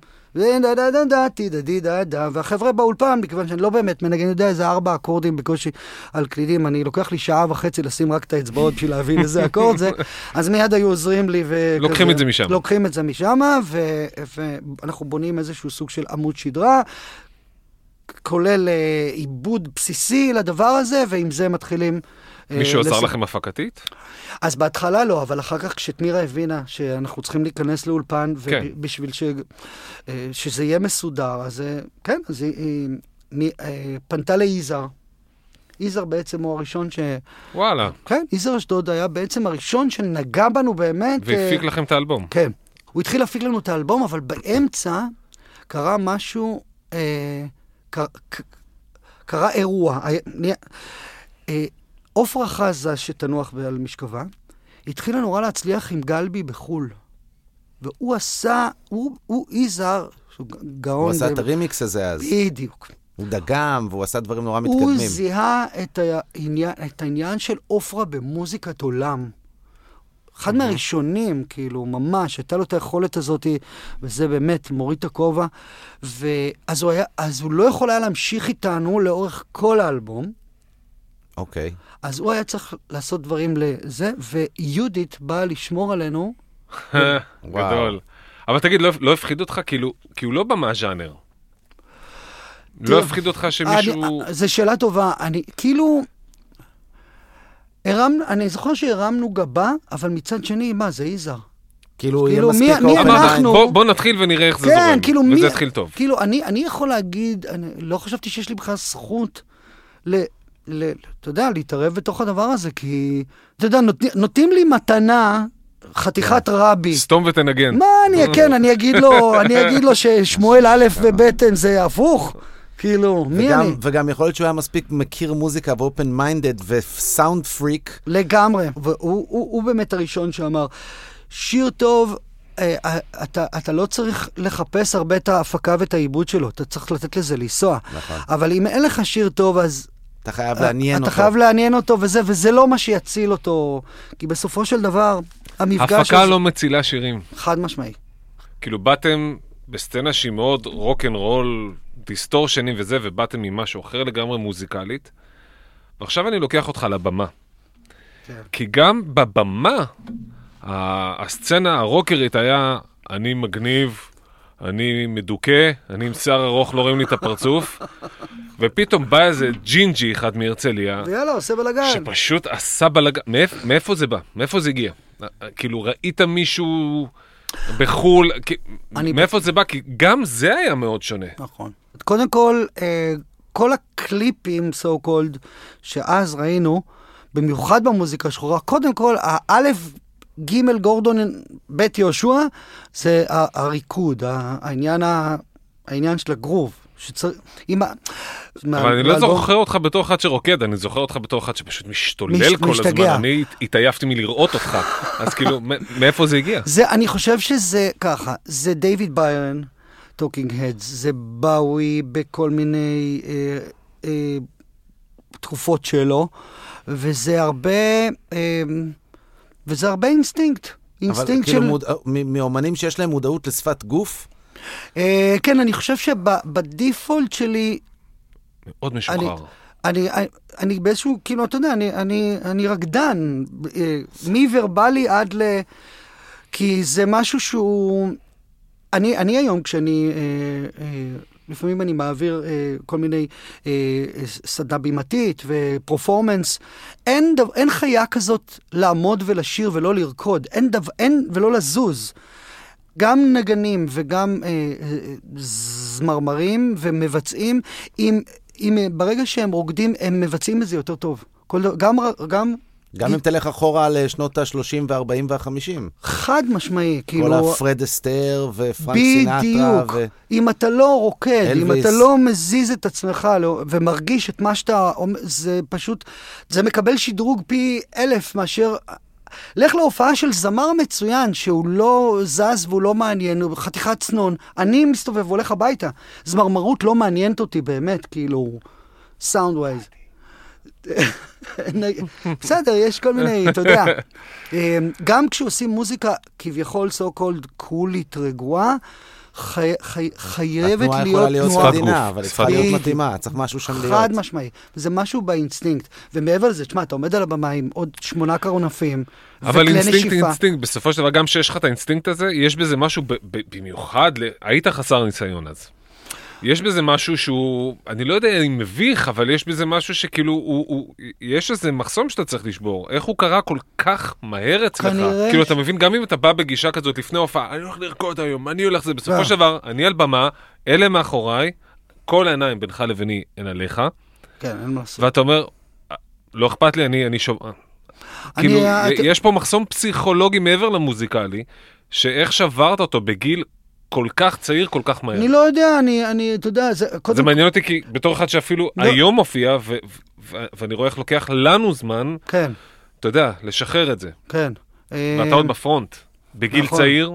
והחבר'ה באולפן, מכיוון שאני לא באמת מנגן, יודע איזה ארבע אקורדים בקושי על קלידים, אני לוקח לי שעה וחצי לשים רק את האצבעות בשביל להבין איזה אקורד זה, אז מיד היו עוזרים לי וכזה. לוקחים את זה משם. לוקחים את זה משם, ואנחנו בונים איזשהו סוג של עמוד שדרה, כולל עיבוד בסיסי לדבר הזה, ועם זה מתחילים... מישהו עזר לכם הפקתית? אז בהתחלה לא, אבל אחר כך כשתמירה הבינה שאנחנו צריכים להיכנס לאולפן, כן. ובשביל ש... שזה יהיה מסודר, אז כן, אז היא, היא פנתה ליזהר. יזהר בעצם הוא הראשון ש... וואלה. כן, יזהר אשדוד היה בעצם הראשון שנגע בנו באמת. והפיק לכם את האלבום. כן. הוא התחיל להפיק לנו את האלבום, אבל באמצע קרה משהו, אה, קרה, קרה אירוע. אה, עופרה חזה שתנוח על משכבה, התחילה נורא להצליח עם גלבי בחול. והוא עשה, הוא, הוא יזהר, שהוא גאון. הוא עשה ב... את הרימיקס הזה אז. בדיוק. הוא דגם, והוא עשה דברים נורא מתקדמים. הוא זיהה את העניין, את העניין של עופרה במוזיקת עולם. אחד מהראשונים, כאילו, ממש, הייתה לו את היכולת הזאת, וזה באמת מוריד את הכובע, ואז הוא היה, אז הוא לא יכול היה להמשיך איתנו לאורך כל האלבום, אוקיי. אז הוא היה צריך לעשות דברים לזה, ויהודית באה לשמור עלינו. גדול. אבל תגיד, לא, לא הפחיד אותך? כאילו, כי הוא לא בא מהז'אנר. לא הפחיד אותך שמישהו... אני, זו שאלה טובה. אני, כאילו... הרמ, אני זוכר שהרמנו גבה, אבל מצד שני, מה, זה יזהר. כאילו, יהיה כאילו, מספיק... מי- מי אופן אנחנו? מיינד. בוא, בוא נתחיל ונראה איך זה כן, זורם. כאילו, וזה מי... יתחיל טוב. כאילו, אני, אני יכול להגיד, אני לא חשבתי שיש לי בכלל זכות ל... ל... אתה יודע, להתערב בתוך הדבר הזה, כי... אתה יודע, נות, נותנים לי מתנה, חתיכת רבי. סתום ותנגן. מה אני, כן, אני אגיד לו, אני אגיד לו ששמואל א' ובטן זה הפוך. כאילו, מי וגם, אני? וגם יכול להיות שהוא היה מספיק מכיר מוזיקה ואופן מיינדד וסאונד פריק. לגמרי. והוא הוא, הוא באמת הראשון שאמר, שיר טוב, אה, אתה, אתה לא צריך לחפש הרבה את ההפקה ואת העיבוד שלו, אתה צריך לתת לזה לנסוע. נכון. אבל אם אין לך שיר טוב, אז... אתה חייב לעניין אתה אותו. חייב לעניין אותו, וזה, וזה לא מה שיציל אותו. כי בסופו של דבר, המפגש הפקה הזה... לא מצילה שירים. חד משמעי. כאילו, באתם בסצנה שהיא מאוד רוק אנד רול, דיסטורשנים וזה, ובאתם ממשהו אחר לגמרי מוזיקלית. ועכשיו אני לוקח אותך לבמה. כן. כי גם בבמה, הסצנה הרוקרית היה, אני מגניב, אני מדוכא, אני עם שיער ארוך, לא רואים לי את הפרצוף, ופתאום בא איזה ג'ינג'י אחד מהרצליה, ויאללה, עושה בלגן. שפשוט עשה בלגן. מאיפ, מאיפה זה בא? מאיפה זה הגיע? כאילו, ראית מישהו בחול, אני- מאיפה זה בא? כי גם זה היה מאוד שונה. נכון. קודם כל, אה, כל הקליפים, so called, שאז ראינו, במיוחד במוזיקה שחורה, קודם כל, האלף ג' גורדון בית יהושע, זה ה- הריקוד, ה- העניין, ה- העניין של הגרוב. שצר... עם ה... אבל אני לא זוכר אותך בתור אחד שרוקד, אני זוכר אותך בתור אחד שפשוט משתולל מש- כל הזמן. משתגע. אני התעייפתי מלראות אותך. אז כאילו, מ- מאיפה זה הגיע? זה, אני חושב שזה ככה, זה דיוויד ביירן, טוקינג הדס, זה באוי בכל מיני אה, אה, תקופות שלו, וזה הרבה, אה, וזה הרבה אינסטינקט. אבל אינסטינקט כאילו של... מוד... מ- מאומנים שיש להם מודעות לשפת גוף, אה, כן, אני חושב שבדיפולט שלי, מאוד משוחרר. אני, אני, אני באיזשהו, כאילו, אתה יודע, אני, אני, אני רקדן, אה, מוורבלי עד ל... כי זה משהו שהוא... אני, אני היום, כשאני... אה, אה, לפעמים אני מעביר אה, כל מיני אה, סדנה בימתית ופרפורמנס. אין, דו, אין חיה כזאת לעמוד ולשיר ולא לרקוד. אין, דו, אין ולא לזוז. גם נגנים וגם אה, אה, זמרמרים ומבצעים, אם, אם ברגע שהם רוקדים, הם מבצעים את זה יותר טוב. כל, דבר- גם, גם, גם אם תלך אחורה לשנות ה-שלושים וה-ארבעים וה-חמישים. חד משמעי, כל כאילו... הפרד אסטר ופרנק סינטרה. בדיוק. ו... אם אתה לא רוקד, אם אלוויס. אתה לא מזיז את עצמך לא, ומרגיש את מה שאתה... אומר, זה פשוט... זה מקבל שדרוג פי אלף מאשר... לך להופעה של זמר מצוין, שהוא לא זז והוא לא מעניין, הוא חתיכת צנון. אני מסתובב והולך הביתה. זמרמרות לא מעניינת אותי באמת, כאילו... סאונד ווייז. בסדר, יש כל מיני, אתה יודע. גם כשעושים מוזיקה כביכול so called קולית רגועה, חי, חי, חייבת התנועה להיות יכולה להיות תנועה. ספדינה, אבל היא צריכה להיות בדיוק. מתאימה, צריך משהו שם להיות. חד משמעי. זה משהו באינסטינקט. ומעבר לזה, תשמע, אתה עומד על הבמה עם עוד שמונה קרונפים, אבל וכלי אינסטינקט, נשיפה. אינסטינקט, בסופו של דבר, גם שיש לך את האינסטינקט הזה, יש בזה משהו ב- ב- במיוחד, ל- היית חסר ניסיון אז. יש בזה משהו שהוא, אני לא יודע אם מביך, אבל יש בזה משהו שכאילו, הוא, הוא, יש איזה מחסום שאתה צריך לשבור. איך הוא קרה כל כך מהר אצלך? כנראה כאילו, ש- אתה מבין, גם אם אתה בא בגישה כזאת לפני הופעה, אני הולך לרקוד היום, אני הולך זה, בסופו אה. של דבר, אני על במה, אלה מאחוריי, כל העיניים בינך לביני הן עליך, כן, אין מה לעשות. ואתה אומר, לא אכפת לי, אני, אני שוב... אני- כאילו, את- יש פה מחסום פסיכולוגי מעבר למוזיקלי, שאיך שברת אותו בגיל כל כך צעיר, כל כך מהר. אני לא יודע, אני, אני, אתה יודע, זה... זה קודם מעניין אותי, כי בתור אחד שאפילו לא. היום מופיע, ו- ו- ואני רואה איך לוקח לנו זמן, כן, אתה יודע, לשחרר את זה. כן. ואתה עוד בפרונט, בגיל נכון. צעיר,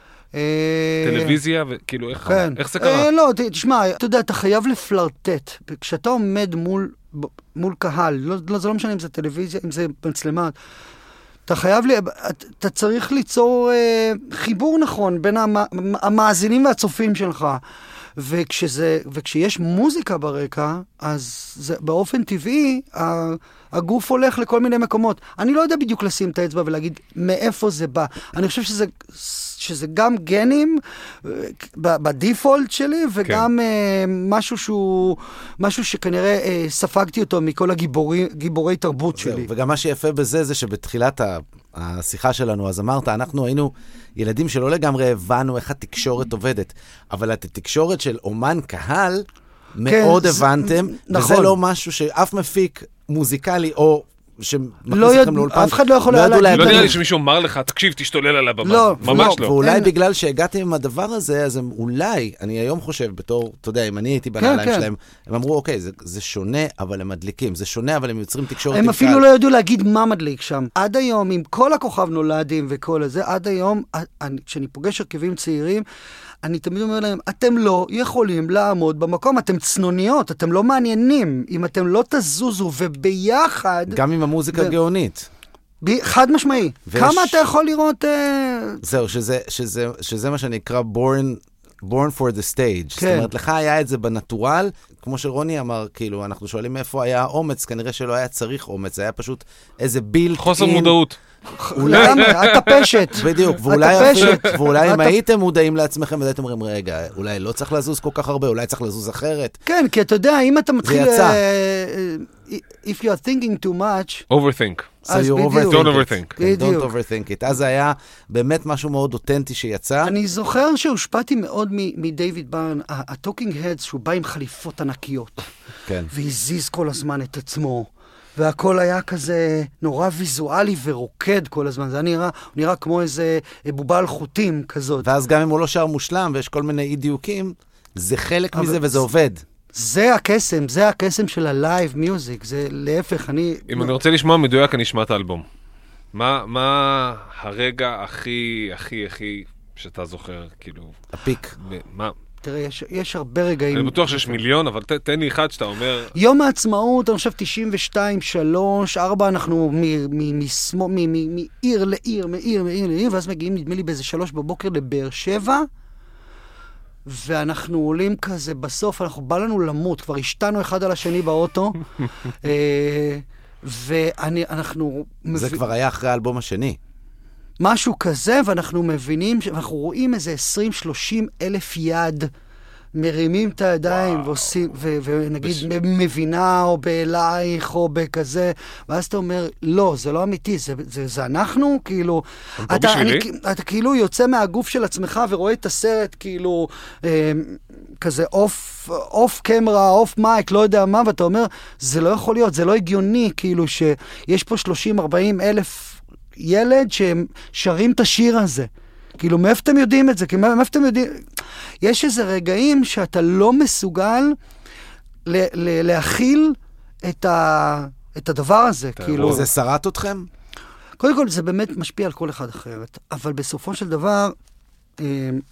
אה, טלוויזיה, וכאילו, איך כן. איך זה קרה? אה, לא, ת- תשמע, אתה יודע, אתה חייב לפלרטט. כשאתה עומד מול, ב- מול קהל, לא, לא, זה לא משנה אם זה טלוויזיה, אם זה מצלמה, אתה חייב, לי, אתה צריך ליצור אה, חיבור נכון בין המ, המאזינים והצופים שלך. וכשזה, וכשיש מוזיקה ברקע, אז זה, באופן טבעי, ה- הגוף הולך לכל מיני מקומות. אני לא יודע בדיוק לשים את האצבע ולהגיד מאיפה זה בא. אני חושב שזה, שזה גם גנים אה, ב- בדיפולט שלי, וגם אה, משהו שהוא, משהו שכנראה אה, ספגתי אותו מכל הגיבורי, גיבורי תרבות זהו, שלי. וגם מה שיפה בזה זה שבתחילת ה- השיחה שלנו, אז אמרת, אנחנו היינו ילדים שלא לגמרי הבנו איך התקשורת עובדת, אבל את התקשורת של אומן קהל מאוד זה- הבנתם, נכון. וזה לא משהו שאף מפיק מוזיקלי או שמכניס לא אתכם יד- לאולפן, אף אחד לא יכול היה ידעו להגיד לא להגיד נראה לי לנו. שמישהו אמר לך, תקשיב, תשתולל על הבמה. לא, ממש לא. ואולי אין- בגלל שהגעתם עם הדבר הזה, אז הם אולי, אני היום חושב, בתור, אתה יודע, אם אני הייתי בנעליים כן. שלהם, הם אמרו, אוקיי, זה, זה שונה, אבל הם מדליקים, זה שונה, אבל הם יוצרים תקשורת הם עם אפילו קהל. לא ידעו להגיד מה מדליק שם. עד היום, עם כל הכוכב נולדים וכל הזה, עד היום, אני, כשאני פוגש הרכבים צעירים, אני תמיד אומר להם, אתם לא יכולים לעמוד במקום, אתם צנוניות, אתם לא מעניינים. אם אתם לא תזוזו וביחד, גם עם המוזיקה ו- הגאונית. ב- חד משמעי. ויש- כמה אתה יכול לראות... אה, זהו, שזה, שזה, שזה מה שנקרא born, born for the stage. כן. זאת אומרת, לך היה את זה בנטורל, כמו שרוני אמר, כאילו, אנחנו שואלים איפה היה האומץ, כנראה שלא היה צריך אומץ, זה היה פשוט איזה בילט חוסר אין. מודעות. לגמרי, הטפשת. בדיוק, ואולי הטפשת. אפילו, ואולי אם אתה- הייתם מודעים לעצמכם, אז הייתם אומרים, רגע, אולי לא צריך לזוז כל כך הרבה, אולי צריך לזוז אחרת. כן, כי אתה יודע, אם אתה מתחיל... יצא. אה, אה, if you are thinking too much, overthink. So you overthink Don't it. overthink. כן, Don't בדיוק. overthink it. אז זה היה באמת משהו מאוד אותנטי שיצא. אני זוכר שהושפעתי מאוד מ- מדייוויד ברן, הטוקינג הדס, שהוא בא עם חליפות ענקיות, כן. והזיז כל הזמן את עצמו, והכל היה כזה נורא ויזואלי ורוקד כל הזמן. זה היה נראה, הוא נראה כמו איזה בובה על חוטים כזאת. ואז גם אם הוא לא שר מושלם ויש כל מיני אי דיוקים, זה חלק אבל מזה וזה זה- עובד. זה הקסם, זה הקסם של הלייב מיוזיק, זה להפך, אני... אם אני רוצה לשמוע מדויק, אני אשמע את האלבום. מה, מה הרגע הכי, הכי, הכי שאתה זוכר, כאילו... הפיק. ב- מה? תראה, יש, יש הרבה רגעים... אני בטוח שיש מיליון, אבל ת, תן לי אחד שאתה אומר... יום העצמאות, אני חושב תשעים ושתיים, שלוש, ארבע, אנחנו מעיר לעיר, מעיר, מעיר לעיר, ואז מגיעים, נדמה לי, באיזה שלוש בבוקר לבאר שבע, ואנחנו עולים כזה, בסוף, אנחנו בא לנו למות, כבר השתנו אחד על השני באוטו, אה, ואנחנו... זה כבר היה אחרי האלבום השני. משהו כזה, ואנחנו מבינים, ואנחנו רואים איזה עשרים שלושים אלף יד, מרימים את הידיים ועושים, ו- ונגיד בש... מבינה או באלייך או בכזה, ואז אתה אומר, לא, זה לא אמיתי, זה, זה, זה אנחנו, כאילו, פה אתה, בשבילי? אני, אתה כאילו יוצא מהגוף של עצמך ורואה את הסרט, כאילו, אה, כזה אוף, אוף קמרה, אוף מייק, לא יודע מה, ואתה אומר, זה לא יכול להיות, זה לא הגיוני, כאילו, שיש פה שלושים ארבעים אלף ילד שהם שרים את השיר הזה. כאילו, מאיפה אתם יודעים את זה? כי מאיפה אתם יודעים... יש איזה רגעים שאתה לא מסוגל ל- ל- להכיל את, ה- את הדבר הזה. כאילו... וזה שרט אתכם? קודם כל, זה באמת משפיע על כל אחד אחרת. אבל בסופו של דבר, אה,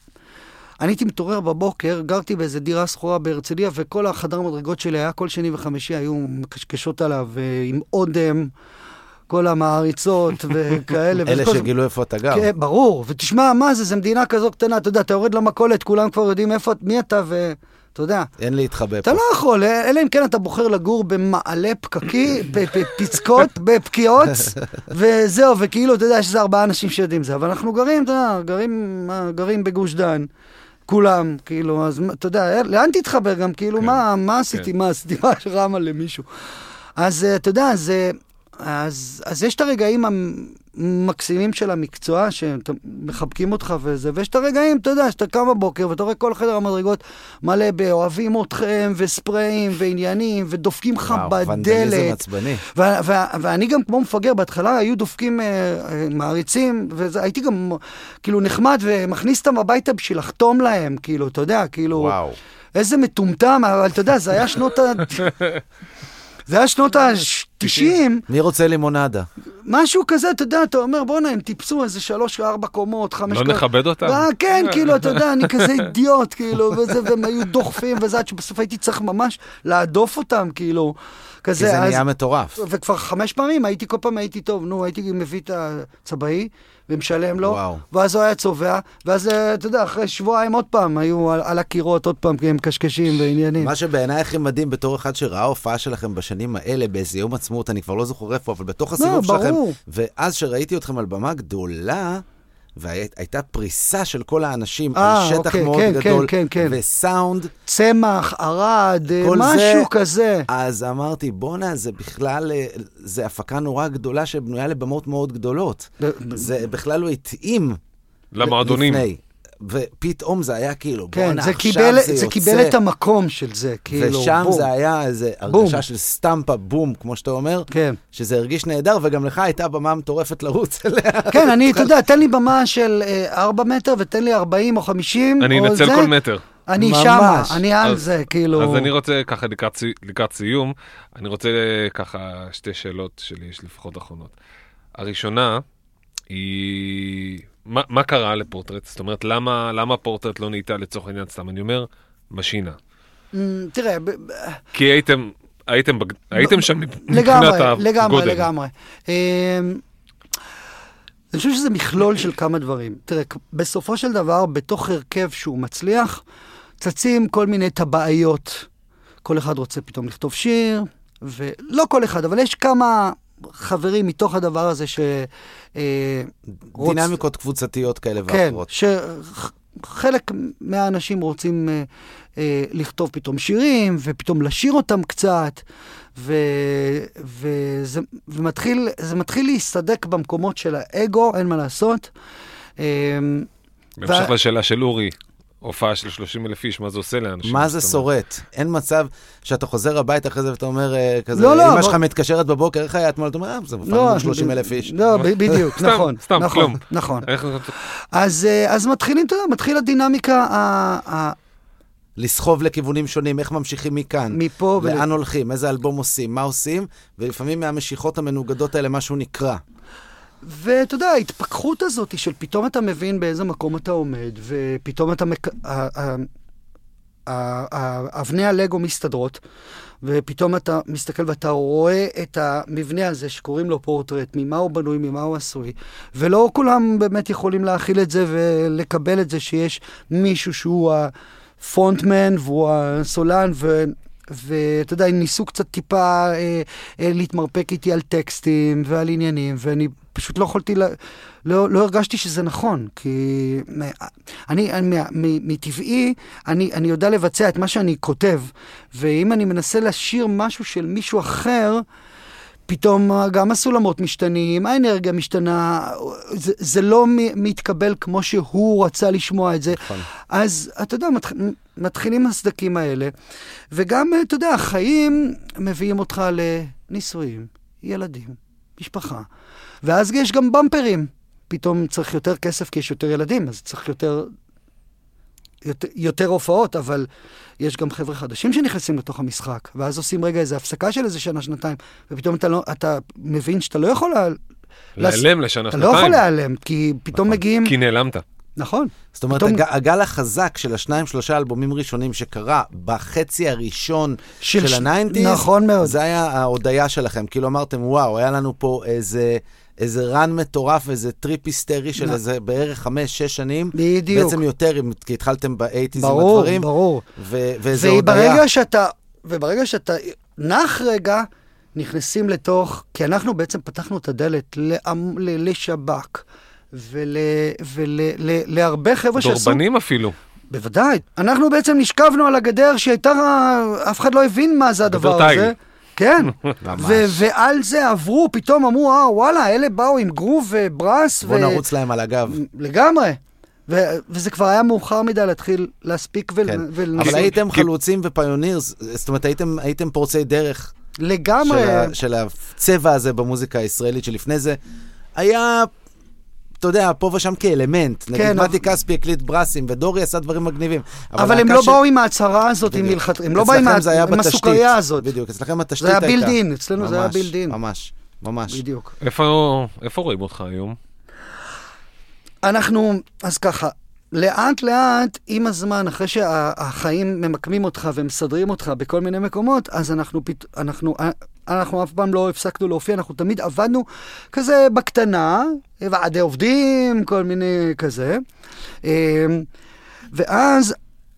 אני הייתי מתעורר בבוקר, גרתי באיזה דירה שכורה בהרצליה, וכל החדר מדרגות שלי היה כל שני וחמישי, היו מקשקשות עליו אה, עם אודם, כל המעריצות וכאלה. אלה וכל... שגילו איפה אתה גר. כן, ברור. ותשמע, מה זה? זה מדינה כזו קטנה, אתה יודע, אתה יורד למכולת, כולם כבר יודעים איפה, מי אתה, ואתה יודע. אין להתחבא אתה פה. לא יכול, אלא אם כן אתה בוחר לגור במעלה פקקי, בפצקות, בפקיעות, וזהו, וכאילו, אתה יודע, יש איזה ארבעה אנשים שיודעים זה, אבל אנחנו גרים, אתה יודע, גרים, גרים בגוש דן. כולם, כאילו, אז אתה יודע, לאן תתחבר גם, כאילו, כן. מה, מה עשיתי, כן. מה עשיתי, מה שרמה למישהו. אז אתה יודע, זה... אז, אז יש את הרגעים המקסימים של המקצוע, שמחבקים אותך וזה, ויש את הרגעים, אתה יודע, שאתה קם בבוקר, ואתה רואה כל חדר המדרגות מלא באוהבים אתכם, וספריים, ועניינים, ודופקים לך בדלת. ונדליזם עצבני. ו- ו- ואני גם כמו מפגר, בהתחלה היו דופקים uh, uh, מעריצים, והייתי גם כאילו נחמד, ומכניס אותם הביתה בשביל לחתום להם, כאילו, אתה יודע, כאילו... וואו. איזה מטומטם, אבל אתה יודע, זה היה שנות ה... זה היה שנות ה-תשעים. מי רוצה לימונדה? משהו כזה, אתה יודע, אתה אומר, בוא'נה, הם טיפסו איזה שלוש, ארבע קומות, חמש... לא נכבד אותם? כן, כאילו, אתה יודע, אני כזה אידיוט, כאילו, וזה, והם היו דוחפים, וזה עד שבסוף הייתי צריך ממש להדוף אותם, כאילו, כי כזה. זה נהיה מטורף. וכבר חמש פעמים הייתי, כל פעם הייתי טוב, נו, הייתי מביא את הצבאי, ומשלם לו, וואו. ואז הוא היה צובע, ואז, אתה יודע, אחרי שבועיים עוד פעם, היו על, על הקירות עוד פעם, כי הם קשקשים ועניינים. מה שבעיניי הכי מדהים בתור אחד שראה הופעה שלכם בשנים האלה, באיזה יום עצמאות, אני כבר לא זוכר איפה, אבל בתוך הסיבוב לא, שלכם, ברור. ואז שראיתי אתכם על במה גדולה, והייתה פריסה של כל האנשים אה, על שטח אוקיי, מאוד כן, גדול, כן, כן, כן. וסאונד, צמח, ערד, כל משהו זה- כזה. אז אמרתי, בונה, זה בכלל, אה, זה הפקה נורא גדולה שבנויה לבמות מאוד גדולות. ב- ב- זה בכלל לא התאים למועדונים. לפני. ופתאום זה היה כאילו, כן, בונה, זה עכשיו קיבל, זה זה יוצא. קיבל את המקום של זה, כאילו, ושם בום. זה היה איזה בום. הרגשה של סטמפה, בום, כמו שאתה אומר, כן. שזה הרגיש נהדר, וגם לך הייתה במה מטורפת לרוץ אליה. כן, אני, אתה יודע, תן לי במה של ארבע מטר, ותן לי ארבעים או חמישים, אני או אנצל זה, כל מטר. אני ממש. שמה, אני על אז- זה, כאילו... אז אני רוצה ככה לקראת סי- לקראת סיום, אני רוצה ככה שתי שאלות שלי, יש לפחות אחרונות. הראשונה היא, מה, מה קרה לפורטרט? זאת אומרת, למה, למה פורטרט לא נהייתה לצורך העניין סתם? אני אומר, משינה. מ, תראה, ב- ב- כי הייתם, הייתם, בג- הייתם שם מבחינת לגמרי, הגודל. לגמרי, לגמרי. אמ, אני חושב שזה מכלול של כמה דברים. תראה, בסופו של דבר, בתוך הרכב שהוא מצליח, צצים כל מיני טבעיות. כל אחד רוצה פתאום לכתוב שיר, ולא כל אחד, אבל יש כמה חברים מתוך הדבר הזה ש... אה, רוצ- דינמיקות קבוצתיות כאלה כן, ואחרות. חלק מהאנשים רוצים אה, אה, לכתוב פתאום שירים, ופתאום לשיר אותם קצת, ו, וזה ומתחיל, זה מתחיל להסתדק במקומות של האגו, אין מה לעשות. אה, בהמשך ו... לשאלה של אורי, הופעה של שלושים אלף איש, מה זה עושה לאנשים? מה זה שורט? אין מצב שאתה חוזר הביתה אחרי זה ואתה אומר כזה, לא, לא, אמא שלך אבל... מתקשרת בבוקר, איך היה אתמול? אתה אומר, זה מופענו שלושים אלף איש. לא, בדיוק, נכון. סתם, נכון, כלום. נכון. אז, אז מתחילים, אתה יודע, מתחיל הדינמיקה ה... לסחוב לכיוונים שונים, איך ממשיכים מכאן, מפה לאן ול... הולכים, איזה אלבום עושים, מה עושים, ולפעמים מהמשיכות המנוגדות האלה משהו נקרא. ואתה יודע, ההתפכחות הזאת של פתאום אתה מבין באיזה מקום אתה עומד, ופתאום אתה... מק... אבני הלגו מסתדרות, ופתאום אתה מסתכל ואתה רואה את המבנה הזה שקוראים לו פורטרט, ממה הוא בנוי, ממה הוא עשוי, ולא כולם באמת יכולים להכיל את זה ולקבל את זה שיש מישהו שהוא הפונטמן והוא הסולן, ו... ואתה יודע, ניסו קצת טיפה אה, אה, להתמרפק איתי על טקסטים ועל עניינים, ואני פשוט לא יכולתי, לה, לא, לא הרגשתי שזה נכון, כי אני, אני מטבעי, אני, אני יודע לבצע את מה שאני כותב, ואם אני מנסה לשיר משהו של מישהו אחר, פתאום גם הסולמות משתנים, האנרגיה משתנה, זה, זה לא מתקבל כמו שהוא רצה לשמוע את זה. נכון. אז אתה יודע, מתח, מתחילים הסדקים האלה, וגם, אתה יודע, החיים מביאים אותך לנישואים, ילדים, משפחה, ואז יש גם במפרים. פתאום צריך יותר כסף כי יש יותר ילדים, אז צריך יותר... יותר, יותר הופעות, אבל יש גם חבר'ה חדשים שנכנסים לתוך המשחק, ואז עושים רגע איזו הפסקה של איזה שנה, שנתיים, ופתאום אתה, לא, אתה מבין שאתה לא יכול לה... להיעלם לשנה, אתה שנתיים. לא יכול להיעלם, כי פתאום נכון. מגיעים... כי נעלמת. נכון. זאת אומרת, פתאום... הגל החזק של השניים, שלושה אלבומים ראשונים שקרה בחצי הראשון של, של הניינטיז, נכון מאוד. זה היה ההודעה שלכם. כאילו אמרתם, וואו, היה לנו פה איזה... איזה רן מטורף, איזה טריפ היסטרי של איזה בערך חמש, שש שנים. בדיוק. בעצם יותר, כי התחלתם באייטיז עם ברור, הדברים. ברור. ו- וזה הודעה. וברגע שאתה, וברגע שאתה נח רגע, נכנסים לתוך, כי אנחנו בעצם פתחנו את הדלת לשב"כ, ולהרבה חבר'ה שעשו... דורבנים אפילו. בוודאי. אנחנו בעצם נשכבנו על הגדר שהייתה, אף אחד לא הבין מה זה הדבר הזה. כן, ו- ועל זה עברו, פתאום אמרו, אה, וואלה, אלה באו עם גרוב וברס. בוא ו... נרוץ להם על הגב. לגמרי. ו- וזה כבר היה מאוחר מדי להתחיל להספיק ול... כן. ול... אבל הייתם חלוצים ופיונירס, זאת אומרת, הייתם, הייתם פורצי דרך. לגמרי. של, ה- של הצבע הזה במוזיקה הישראלית, שלפני זה היה... אתה יודע, פה ושם כאלמנט. נגיד, כן, מתי כספי הקליט ברסים, ודורי עשה דברים מגניבים. אבל, אבל הם לא ש... באו עם ההצהרה הזאת, עם מלחת... הם לא באו עם, עם הסוכריה הזאת. בדיוק, אצלכם התשתית הייתה. זה היה בילדין, אצלנו ממש, זה היה בילדין. ממש, ממש. בדיוק. איפה, איפה רואים אותך היום? אנחנו, אז ככה, לאט לאט, עם הזמן, אחרי שהחיים ממקמים אותך ומסדרים אותך בכל מיני מקומות, אז אנחנו, אנחנו, אנחנו אף פעם לא הפסקנו להופיע, אנחנו תמיד עבדנו כזה בקטנה, ועדי עובדים, כל מיני כזה. ואז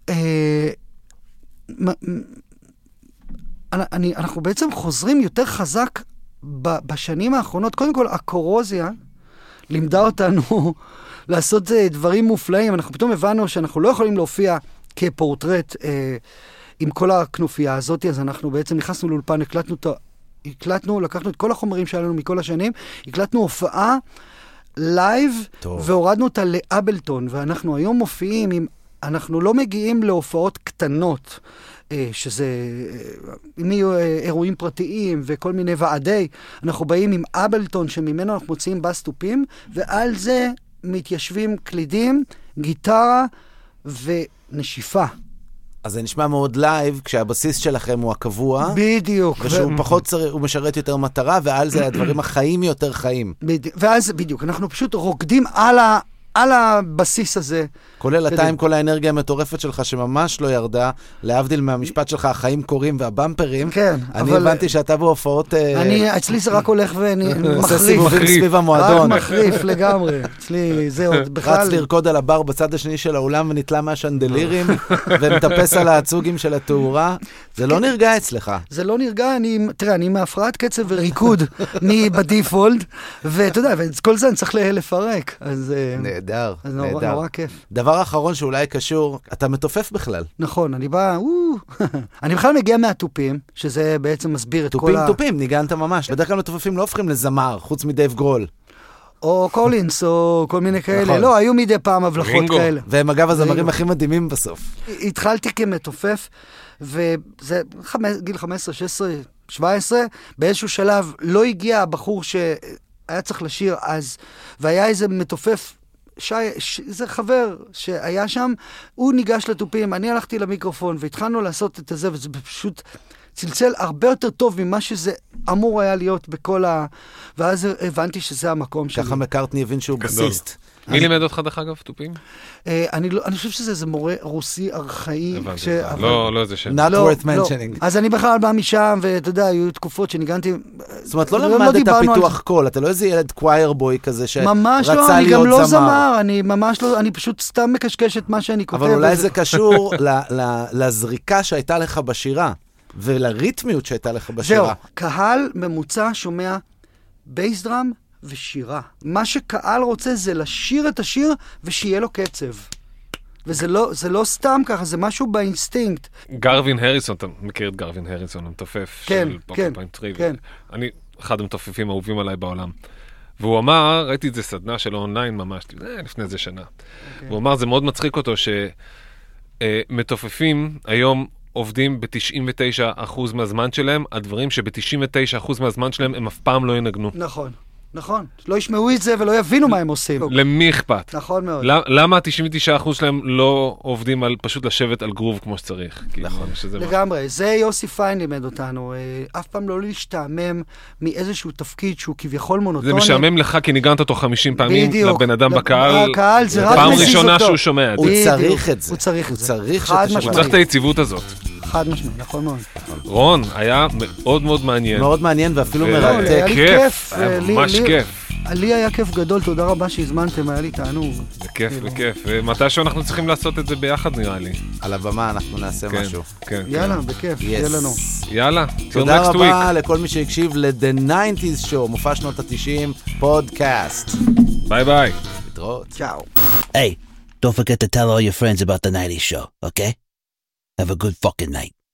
אני, אנחנו בעצם חוזרים יותר חזק בשנים האחרונות. קודם כל, הקורוזיה לימדה אותנו לעשות דברים מופלאים. אנחנו פתאום הבנו שאנחנו לא יכולים להופיע כפורטרט אה, עם כל הכנופיה הזאת, אז אנחנו בעצם נכנסנו לאולפן, הקלטנו, הקלטנו, לקחנו את כל החומרים שלנו מכל השנים, הקלטנו הופעה לייב, טוב. והורדנו אותה לאבלטון, ואנחנו היום מופיעים עם, אנחנו לא מגיעים להופעות קטנות, אה, שזה, אם אה, יהיו אה, אירועים פרטיים וכל מיני ועדי, אנחנו באים עם אבלטון, שממנו אנחנו מוציאים בסטופים, ועל זה מתיישבים קלידים, גיטרה ונשיפה. אז זה נשמע מאוד לייב, כשהבסיס שלכם הוא הקבוע. בדיוק. ושהוא ו... פחות צר... הוא משרת יותר מטרה, ועל זה הדברים החיים יותר חיים. בד... ואז בדיוק, אנחנו פשוט רוקדים על, ה... על הבסיס הזה. כולל אתה עם כל האנרגיה המטורפת שלך, שממש לא ירדה, להבדיל מהמשפט שלך, החיים קורים והבמפרים. כן, אני אבל... הבנתי שאתה בהופעות... אני, אצלי זה רק הולך ומחריף. עושה סיבובים סביב המועדון. רק מחריף לגמרי. אצלי זה עוד בכלל... רץ לרקוד על הבר בצד השני של האולם, ונתלה מהשנדלירים, ומטפס על העצוגים של התאורה. זה לא נרגע אצלך. זה לא נרגע, אני... תראה, אני מהפרעת קצב וריקוד בדיפולט, ואתה יודע, וכל זה אני צריך לפרק. אז... נהדר, אז נורא, נהדר. נורא כיף. דבר אחרון שאולי קשור, אתה מתופף בכלל. נכון, אני בא, אני בכלל מגיע מהטופים, שזה בעצם מסביר את כל טופים ה... טופים, ניגנת ממש. בדרך כלל מתופפים לא הופכים לזמר, חוץ מדייב גרול. או קולינס, או כל מיני כאלה. נכון. לא, היו מדי פעם הבלחות רינגו. כאלה. והם אגב הזמרים רינגו. הכי מדהימים בסוף. התחלתי כמתופף, וזה חמש, גיל חמש עשרה, שש עשרה, שבע עשרה, באיזשהו שלב לא הגיע הבחור שהיה צריך לשיר אז, והיה איזה מתופף, שי, ש... זה חבר שהיה שם, הוא ניגש לטופים, אני הלכתי למיקרופון, והתחלנו לעשות את זה, וזה פשוט צלצל הרבה יותר טוב ממה שזה אמור היה להיות בכל ה... ואז הבנתי שזה המקום שלי. ככה מקארטני הבין שהוא גדול. בסיסט. מי לימד אותך דרך אגב, טופים? אה, אני, לא, אני חושב שזה איזה מורה רוסי ארכאי. הבנתי, כש- הבנתי. אבל- לא, לא איזה שם. Not לא, worth לא. mentioning. אז אני בכלל בא משם, ואתה יודע, היו תקופות שניגנתי... זאת אומרת, לא לא למדת דיברנו על פיתוח זה. קול, אתה לא איזה ילד קווייר בוי כזה ממש שרצה לא, אני גם להיות לא זמר. זמר, אני ממש לא, אני פשוט סתם מקשקש את מה שאני כותב. אבל אולי וזה- זה קשור ל- ל- לזריקה שהייתה לך בשירה, ולריתמיות שהייתה לך זהו, בשירה. קהל ממוצע שומע בייס דראם ושירה. מה שקהל רוצה זה לשיר את השיר ושיהיה לו קצב. וזה לא, זה לא סתם ככה, זה משהו באינסטינקט. גרווין הריסון, אתה מכיר את גרווין הריסון, המתופף כן, של כן, פורקופין טרי. כן. אני אחד המתופפים האהובים עליי בעולם. והוא אמר, ראיתי את זה סדנה שלו אונליין ממש, לפני איזה שנה. הוא אמר, זה מאוד מצחיק אותו שמתופפים היום עובדים ב-תשעים ותשעה אחוז מהזמן שלהם, הדברים שב-תשעים ותשעה אחוז מהזמן שלהם הם אף פעם לא ינגנו. נכון, נכון. לא ישמעו את זה ולא יבינו מה הם עושים. למי אכפת? נכון מאוד. למ- למה ה-תשעים ותשעה אחוז שלהם לא עובדים על פשוט לשבת על גרוב כמו שצריך? נכון. לגמרי, זה יוסי פיין לימד אותנו, אה, אף פעם לא להשתעמם מאיזשהו תפקיד שהוא כביכול מונוטוני. זה משעמם לך כי ניגנת אותו חמישים פעמים בדיוק. לבן אדם בקהל. הקהל זה רק פעם מזיז ראשונה אותו. שהוא שומע את הוא זה. בדיוק. צריך את זה. הוא צריך הוא את זה. צריך חד שתשמע. הוא משמעית. צריך את היציבות הזאת. חד משמעית, נכון מאוד. רון, היה מאוד מאוד מעניין. מאוד מעניין ואפילו ו- מרתק. היה לי כיף, כיף, היה לי- ממש לי- כיף. לי היה כיף גדול, תודה רבה שהזמנתם, היה לי תענוג. זה כיף וכיף. ומתישהו אנחנו צריכים לעשות את זה ביחד נראה לי. על הבמה אנחנו נעשה כן, משהו. כן. יאללה, בכיף, Yes. יהיה לנו. יאללה, till תודה next רבה week. לכל מי שהקשיב ל-The nineties Show, מופע שנות ה-תשעים, פודקאסט. ביי ביי. להתראות. צ'או. Hey, don't forget to tell all your friends about the nineties show, okay? Have a good fucking night.